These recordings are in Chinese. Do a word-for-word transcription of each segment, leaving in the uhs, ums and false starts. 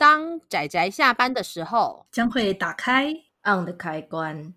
当宅宅下班的时候， 将会打开 on 的开关。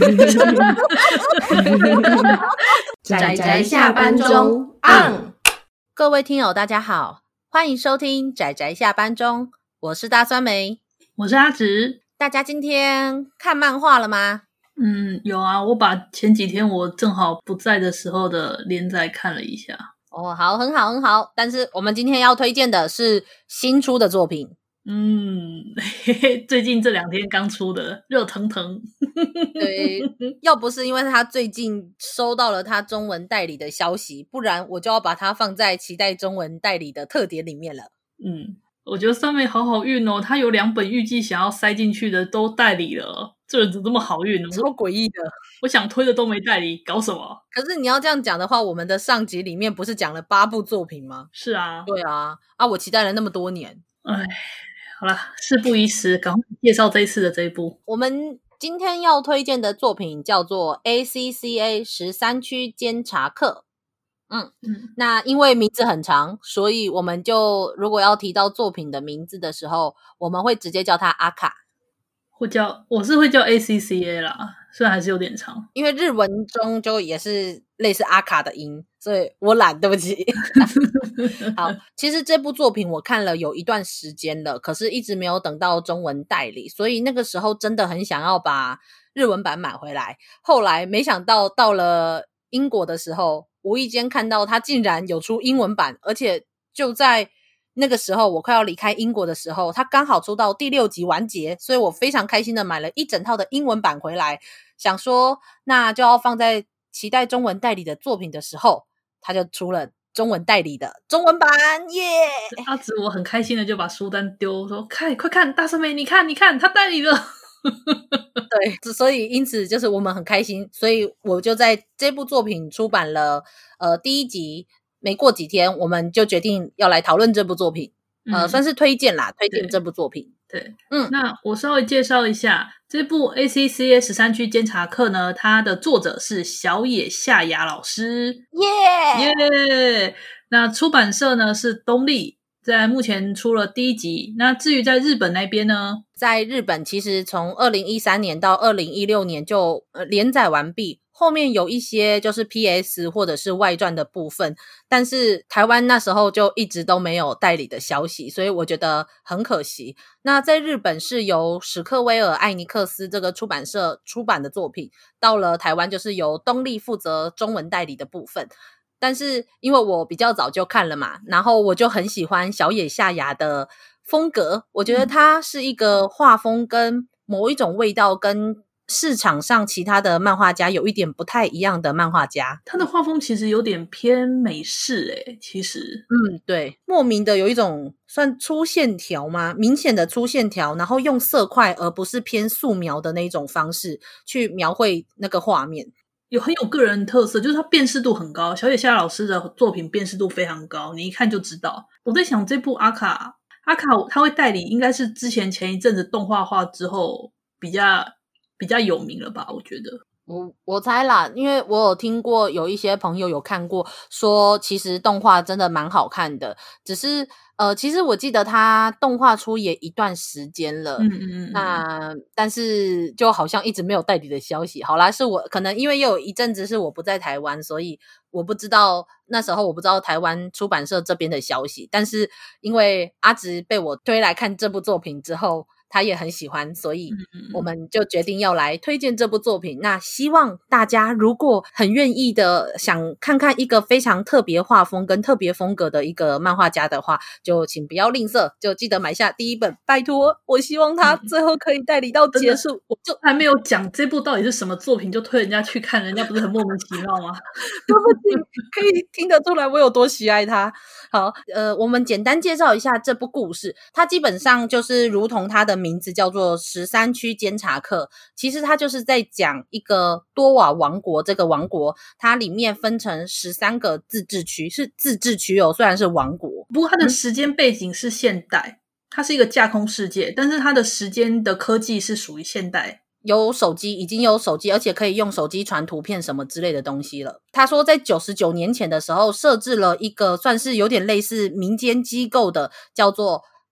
宅宅下班中 on。各位听友大家好，欢迎收听宅宅下班中，我是大酸梅， 我是阿直。 大家今天看漫画了吗？ 嗯，有啊，我把前几天我正好不在的时候的连载看了一下。 哦，好，很好很好，但是我们今天要推荐的是新出的作品。 嗯，嘿嘿，最近这两天刚出的，热腾腾。 对，要不是因为他最近收到了他中文代理的消息，不然我就要把它放在期待中文代理的特点里面了。 嗯，我觉得上面好好运哦，他有两本预计想要塞进去的都代理了，这人怎么这么好运呢？ 超诡异的， 我想推的都没代理，搞什么？ 可是你要这样讲的话，我们的上集里面不是讲了八部作品吗？ 是啊， 对啊，啊，我期待了那么多年。 哎，好啦，事不宜迟，赶快介绍这一次的这一部。 我们今天要推荐的作品叫做 A C C A 十三区监察课。嗯嗯，那因为名字很长，所以我们就如果要提到作品的名字的时候，我们会直接叫它阿卡。 会叫我是会叫 A C C A 啦，虽然还是有点长， 因为日文中就也是类似阿卡的音，所以我懒，对不起。好，其实这部作品我看了有一段时间了，可是一直没有等到中文代理，所以那个时候真的很想要把日文版买回来。后来没想到到了英国的时候，无意间看到它竟然有出英文版，而且就在那个时候我快要离开英国的时候，它刚好出到第六集完结，所以我非常开心的买了一整套的英文版回来，想说那就要放在期待中文代理的作品的时候，它就出了中文代理的中文版耶！ Yeah! 阿紫我很开心的就把书单丢说看快看大酸梅你看你看他代理了。 对，所以因此就是我们很开心，所以我就在这部作品出版了呃第一集没过几天，我们就决定要来讨论这部作品，呃，嗯、算是推荐啦，推荐这部作品。 对，嗯，那我稍微介绍一下这部 A C C A 十三区监察课呢，它的作者是小野夏雅老师， 耶耶！那出版社呢是东立，在目前出了第一集。那至于在日本那边呢， 在日本其实从二零一三年到二零一六年就、呃、连载完毕。后面有一些就是 P S 或者是外传的部分，但是台湾那时候就一直都没有代理的消息，所以我觉得很可惜。那在日本是由史克威尔艾尼克斯这个出版社出版的作品，到了台湾就是由东立负责中文代理的部分。但是因为我比较早就看了嘛，然后我就很喜欢小野夏雅的风格，我觉得他是一个画风跟某一种味道跟市场上其他的漫画家有一点不太一样的漫画家， 他的画风其实有点偏美式诶，其实嗯，对，莫名的有一种算粗线条吗？明显的粗线条，然后用色块而不是偏素描的那种方式去描绘那个画面， 有很有个人特色，就是他辨识度很高。小野夏老师的作品辨识度非常高，你一看就知道。我在想这部阿卡阿卡他会代理，应该是之前前一阵子动画化之后比较比较有名了吧，我觉得。 我我猜啦，因为我有听过有一些朋友有看过，说其实动画真的蛮好看的，只是呃，其实我记得它动画出也一段时间了， 嗯嗯嗯， 那但是就好像一直没有代理的消息。好啦，是我可能因为又有一阵子是我不在台湾，所以我不知道那时候我不知道台湾出版社这边的消息，但是因为阿直被我推来看这部作品之后，他也很喜欢，所以我们就决定要来推荐这部作品。那希望大家如果很愿意的想看看一个非常特别画风跟特别风格的一个漫画家的话，就请不要吝啬，就记得买下第一本，拜托，我希望他最后可以代理到结束。 我就还没有讲这部到底是什么作品就推人家去看，人家不是很莫名其妙吗？ 对不起，可以听得出来我有多喜爱他。好，呃，我们简单介绍一下这部故事。它基本上就是如同它的名字叫做十三区监察课，其实它就是在讲一个多瓦王国，这个王国它里面分成十三个自治区，是自治区哦，虽然是王国， 不过它的时间背景是现代，它是一个架空世界，但是它的时间的科技是属于现代。 有手机，已经有手机，而且可以用手机传图片什么之类的东西了。他说在九十九年前的时候设置了一个算是有点类似民间机构的叫做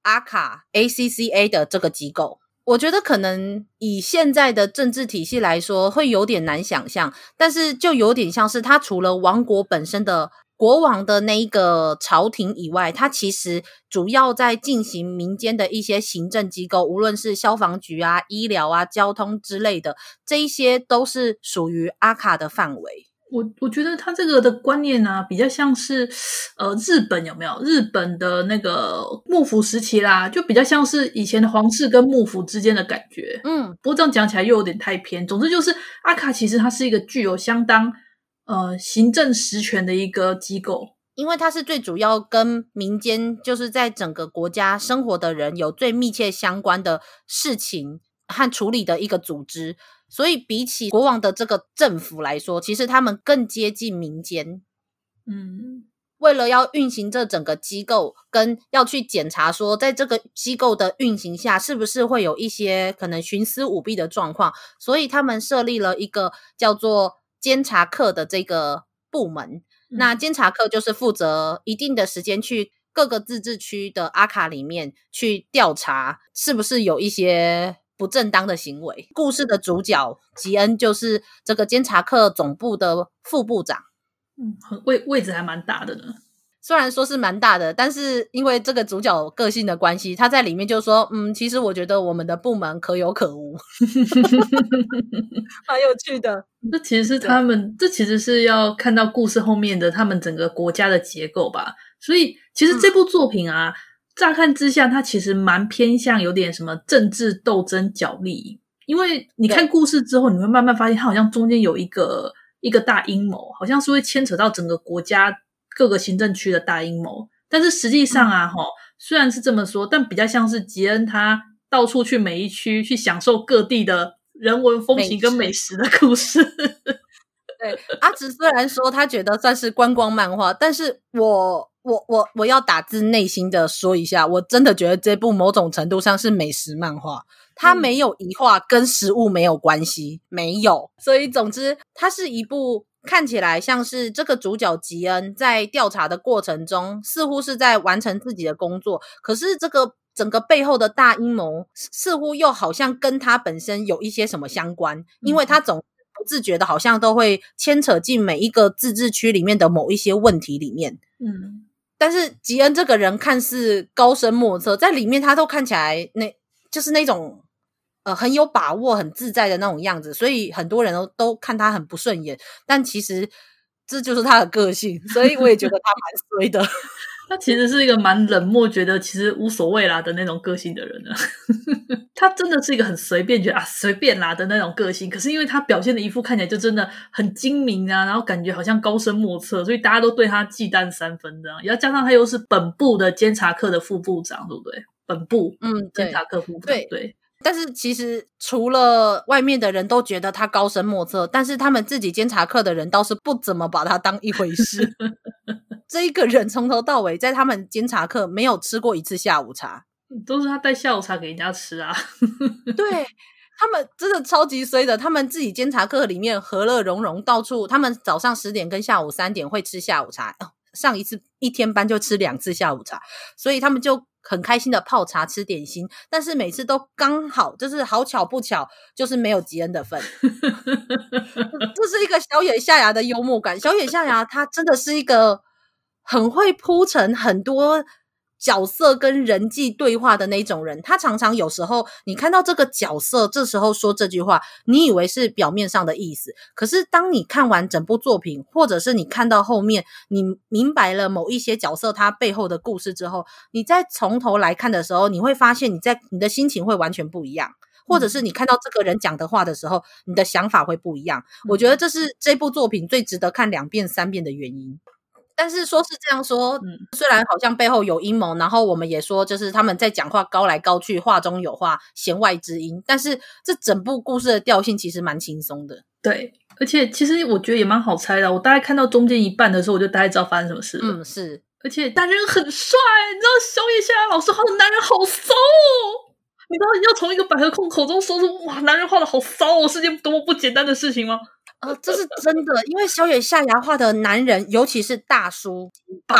阿卡 A C C A 的这个机构。我觉得可能以现在的政治体系来说会有点难想象，但是就有点像是它除了王国本身的国王的那一个朝廷以外，它其实主要在进行民间的一些行政机构，无论是消防局啊、医疗啊、交通之类的，这一些都是属于阿卡的范围。 我我觉得他这个的观念啊，比较像是呃日本有没有日本的那个幕府时期啦，就比较像是以前的皇室跟幕府之间的感觉。 嗯， 不过这样讲起来又有点太偏。总之就是阿卡其实它是一个具有相当呃行政实权的一个机构， 因为它是最主要跟民间就是在整个国家生活的人有最密切相关的事情和处理的一个组织，所以比起国王的这个政府来说，其实他们更接近民间。 嗯， 为了要运行这整个机构，跟要去检查说在这个机构的运行下是不是会有一些可能徇私舞弊的状况，所以他们设立了一个叫做监察课的这个部门。 嗯、 那监察课就是负责一定的时间去各个自治区的阿卡里面去调查是不是有一些不正当的行为。故事的主角吉恩就是这个监察课总部的副部长。 嗯，位位置还蛮大的呢。 虽然说是蛮大的，但是因为这个主角个性的关系，他在里面就说嗯，其实我觉得我们的部门可有可无。蛮有趣的。 这其实是他们这其实是要看到故事后面的他们整个国家的结构吧。所以其实这部作品啊、嗯、乍看之下它其实蛮偏向有点什么政治斗争角力，因为你看故事之后你会慢慢发现它好像中间有一个一个大阴谋，好像是会牵扯到整个国家各个行政区的大阴谋。但是实际上啊、嗯、虽然是这么说，但比较像是吉恩他到处去每一区去享受各地的人文风情跟美食的故事。 对，阿直虽然说他觉得算是观光漫画，但是我我我我要打自内心的说一下，我真的觉得这部某种程度上是美食漫画，它没有一画跟食物没有关系，没有。所以总之它是一部看起来像是这个主角吉恩在调查的过程中似乎是在完成自己的工作，可是这个整个背后的大阴谋似乎又好像跟他本身有一些什么相关，因为他总不自觉的好像都会牵扯进每一个自治区里面的某一些问题里面。 嗯， 但是吉恩这个人看似高深莫测，在里面他都看起来那就是那种呃很有把握很自在的那种样子，所以很多人都都看他很不顺眼，但其实这就是他的个性，所以我也觉得他蛮衰的。 他其实是一个蛮冷漠，觉得其实无所谓啦的那种个性的人呢。他真的是一个很随便，觉得啊随便啦的那种个性。可是因为他表现的一副看起来就真的很精明啊，然后感觉好像高深莫测，所以大家都对他忌惮三分这样。也要加上他又是本部的监察课的副部长，对不对？本部嗯， 监察课副部长，对。对， 但是其实除了外面的人都觉得他高深莫测，但是他们自己监察课的人倒是不怎么把他当一回事。这一个人从头到尾在他们监察课没有吃过一次下午茶， 都是他带下午茶给人家吃啊。 对，他们真的超级衰的，他们自己监察课里面和乐融融，到处他们早上十点跟下午三点会吃下午茶、哦、上一次一天班就吃两次下午茶，所以他们就很开心的泡茶吃点心，但是每次都刚好就是好巧不巧就是没有吉恩的份。这是一个小野夏芽的幽默感，小野夏芽他真的是一个很会铺陈很多角色跟人际对话的那种人，他常常有时候你看到这个角色这时候说这句话，你以为是表面上的意思，可是当你看完整部作品，或者是你看到后面你明白了某一些角色他背后的故事之后，你再从头来看的时候，你会发现你在你的心情会完全不一样，或者是你看到这个人讲的话的时候，你的想法会不一样。我觉得这是这部作品最值得看两遍三遍的原因。但是说是这样说、嗯、虽然好像背后有阴谋，然后我们也说就是他们在讲话高来高去，话中有话，弦外之音，但是这整部故事的调性其实蛮轻松的。 对，而且其实我觉得也蛮好猜的，我大概看到中间一半的时候我就大概知道发生什么事了。 嗯，是， 而且男人很帅，你知道小野夏芽老师画的男人好骚哦，你知道要从一个百合控口中说出哇男人画的好骚哦是件多么不简单的事情吗？ 呃，这是真的，因为小野夏芽画的男人尤其是大叔棒，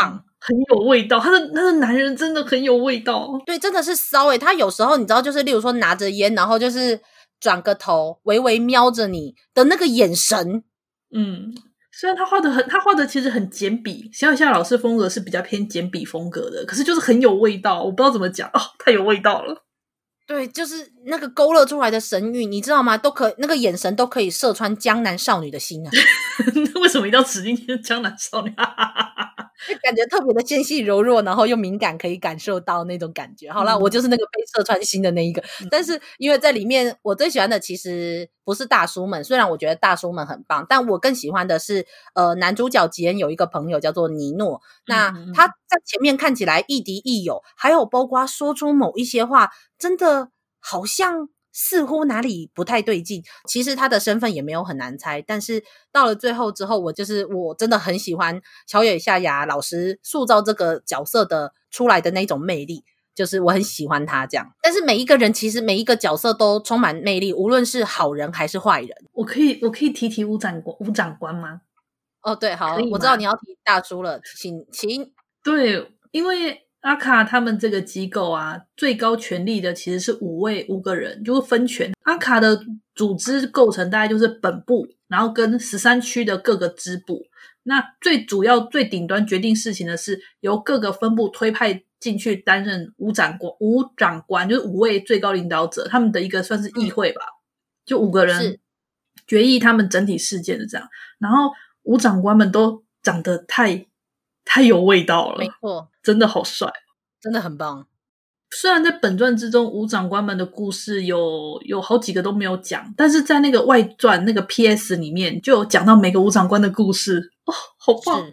很有味道，他的他的男人真的很有味道。 对，真的是骚诶、欸、他有时候你知道就是例如说拿着烟，然后就是转个头微微瞄着你的那个眼神。 嗯，虽然他画的很他画的其实很简笔，小野夏老师风格是比较偏简笔风格的，可是就是很有味道，我不知道怎么讲哦，太有味道了。 对，就是那个勾勒出来的神韵，你知道吗？都可那个眼神都可以射穿江南少女的心啊！ 为什么一定要指定是江南少女？ 感觉特别的纤细柔弱，然后又敏感，可以感受到那种感觉。好啦、嗯、我就是那个被射穿心的那一个。嗯、但是因为在里面，我最喜欢的其实不是大叔们，虽然我觉得大叔们很棒，但我更喜欢的是呃男主角吉恩有一个朋友叫做尼诺，那他在前面看起来亦敌亦友，还有包括说出某一些话，真的好像似乎哪里不太对劲，其实他的身份也没有很难猜，但是到了最后之后，我就是我真的很喜欢小野夏雅老师塑造这个角色的出来的那种魅力，就是我很喜欢他这样。但是每一个人其实每一个角色都充满魅力，无论是好人还是坏人。 我可以我可以提提吴长吴长官吗？ 哦，对，好，我知道你要提大叔了，请请。 对，因为阿卡他们这个机构啊，最高权力的其实是五位五个人，就是分权。阿卡的组织构成大概就是本部，然后跟十三区的各个支部。那最主要最顶端决定事情的是由各个分部推派进去担任五长官，五长官就是五位最高领导者，他们的一个算是议会吧，就五个人决议他们整体事件的这样。然后五长官们都长得太太有味道了， 没错， 真的好帅， 真的很棒。 虽然在本传之中五长官们的故事有有好几个都没有讲，但是在那个外传那个 P S 里面就有讲到每个五长官的故事哦，好棒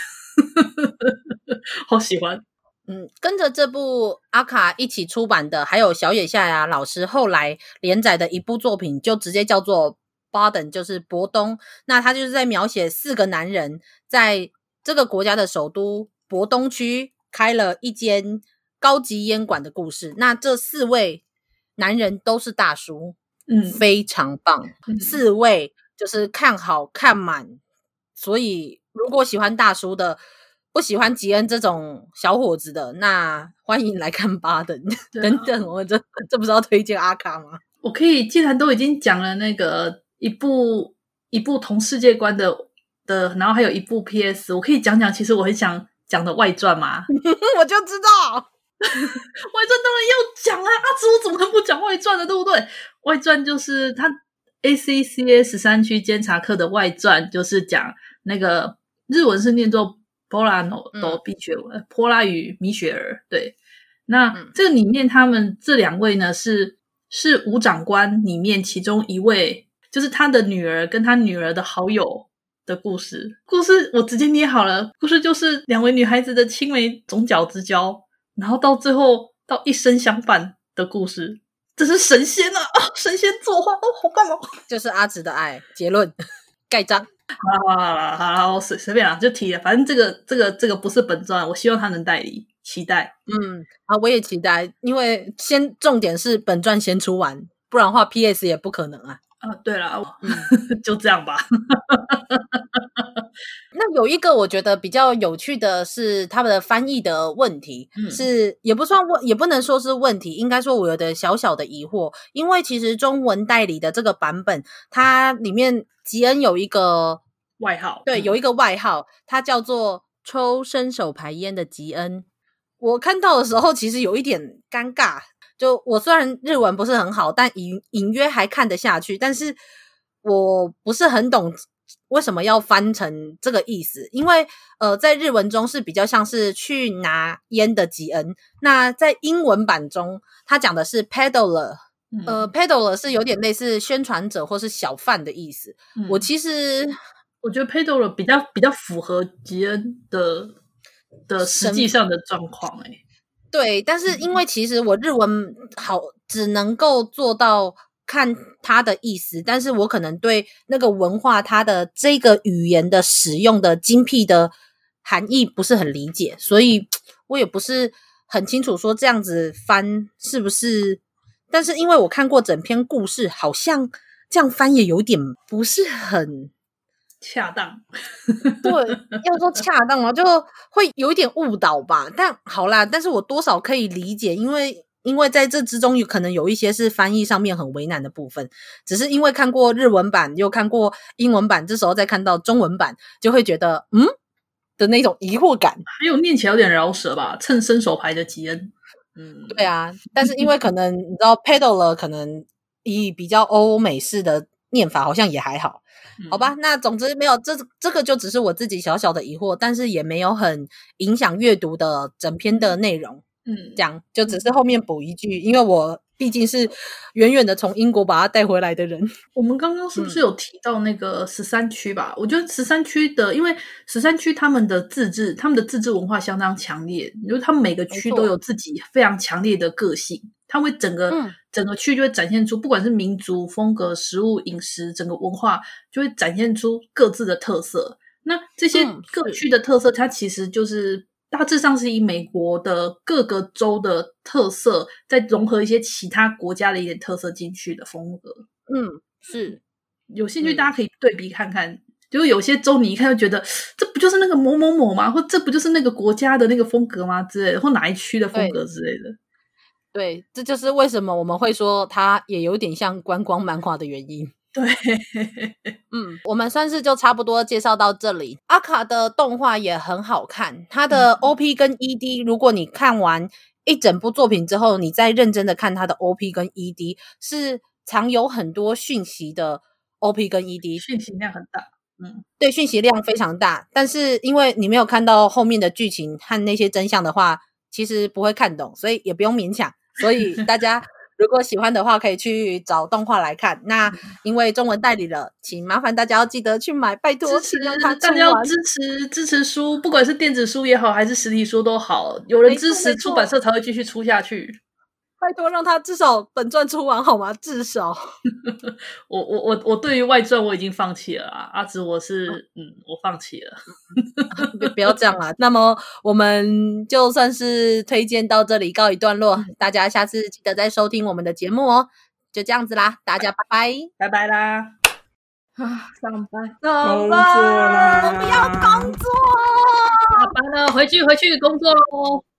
好喜欢。 嗯，跟着这部阿卡一起出版的还有小野夏雅老师后来连载的一部作品，就直接叫做 Borden， 就是博东。那他就是在描写四个男人在这个国家的首都博东区开了一间高级烟馆的故事。那这四位男人都是大叔， 嗯， 非常棒、嗯、四位就是看好看满，所以如果喜欢大叔的，不喜欢吉恩这种小伙子的，那欢迎来看巴登、啊、等等。我这这不是要推荐阿卡吗？ 我可以，既然都已经讲了那个一部一部同世界观的的，然后还有一部 P S， 我可以讲讲其实我很想讲的外传吗？ 我就知道外传当然要讲啊，阿紫我怎么可能不讲外传的，对不对？外传就是他 A C C A 十三区监察课的外传，就是讲那个日文是念作波拉诺多碧雪文，波拉与米雪儿。对，那、嗯、这个里面他们这两位呢是是五长官里面其中一位，就是他的女儿跟他女儿的好友的故事。故事我直接捏好了，故事就是两位女孩子的青梅总角之交，然后到最后到一生相伴的故事。这是神仙啊！啊神仙作画哦，好棒哦！ 就是阿紫的爱。结论盖章。 好了好了好了好了，随随便啦，就提了。反正这个这个这个不是本传，我希望他能代理，期待。 嗯，啊，我也期待，因为先重点是本传先出完，不然的话 P S 也不可能啊。 啊，对了，嗯、就这样吧。 那有一个我觉得比较有趣的是他们的翻译的问题，嗯、是也不算问，也不能说是问题，应该说我有的小小的疑惑，因为其实中文代理的这个版本，它里面吉恩有一个外号， 对，有一个外号，它叫做抽伸手牌烟的吉恩。我看到的时候其实有一点尴尬，就我虽然日文不是很好，但隐隐约还看得下去，但是我不是很懂为什么要翻成这个意思，因为呃，在日文中是比较像是去拿烟的吉恩，那在英文版中它讲的是 peddler， 呃 peddler 是有点类似宣传者或是小贩的意思。嗯、我其实我觉得 peddler 比较比较符合吉恩的的实际上的状况诶。 对，但是因为其实我日文好只能够做到看它的意思，但是我可能对那个文化它的这个语言的使用的精辟的含义不是很理解，所以我也不是很清楚说这样子翻是不是，但是因为我看过整篇故事，好像这样翻也有点不是很恰当。 对，要说恰当嘛，就会有一点误导吧。但好啦，但是我多少可以理解，因为因为在这之中有可能有一些是翻译上面很为难的部分，只是因为看过日文版又看过英文版，这时候再看到中文版就会觉得嗯的那种疑惑感， 还有念起来有点饶舌吧，趁伸手牌的吉恩。 嗯，对啊，但是因为可能你知道 peddler 可能以比较欧美式的念法好像也还好，好吧，那总之没有这这个就只是我自己小小的疑惑，但是也没有很影响阅读的整篇的内容，嗯，这样就只是后面补一句，因为我毕竟是远远的从英国把它带回来的人。 我们刚刚是不是有提到那个十三区吧？嗯、我觉得十三区的，因为十三区他们的自治，他们的自治文化相当强烈，就是他们每个区都有自己非常强烈的个性，它会整个、嗯、整个区就会展现出，不管是民族风格、食物、饮食，整个文化就会展现出各自的特色。那这些各区的特色，它其实就是大致上是以美国的各个州的特色，再融合一些其他国家的一点特色进去的风格。 嗯，是有兴趣大家可以对比看看，嗯、就是有些州你一看就觉得这不就是那个某某某吗？或这不就是那个国家的那个风格吗？之类的，或哪一区的风格之类的。 对，这就是为什么我们会说它也有点像观光漫画的原因。 对， 嗯，我们算是就差不多介绍到这里。阿卡的动画也很好看，它的 O P 跟 E D， 如果你看完一整部作品之后，你再认真的看它的 O P 跟 E D， 是藏有很多讯息的 O P 跟 E D， 讯息量很大。嗯， 对，讯息量非常大，但是因为你没有看到后面的剧情和那些真相的话，其实不会看懂，所以也不用勉强。所以大家如果喜欢的话，可以去找动画来看。那因为中文代理了，请麻烦大家要记得去买，拜托， 支持让它大家要支持支持书，不管是电子书也好，还是实体书都好，有人支持出版社才会继续出下去。 拜托，让他至少本传出完好吗？至少， 我我我我对于外传我已经放弃了啊，阿紫我是、哦、嗯，我放弃了， 不不要这样啦。那么我们就算是推荐到这里告一段落，大家下次记得再收听我们的节目哦。就这样子啦，大家拜拜， 拜拜啦！啊，上班， 上班，我不要工作， 下班了，回去回去工作喽。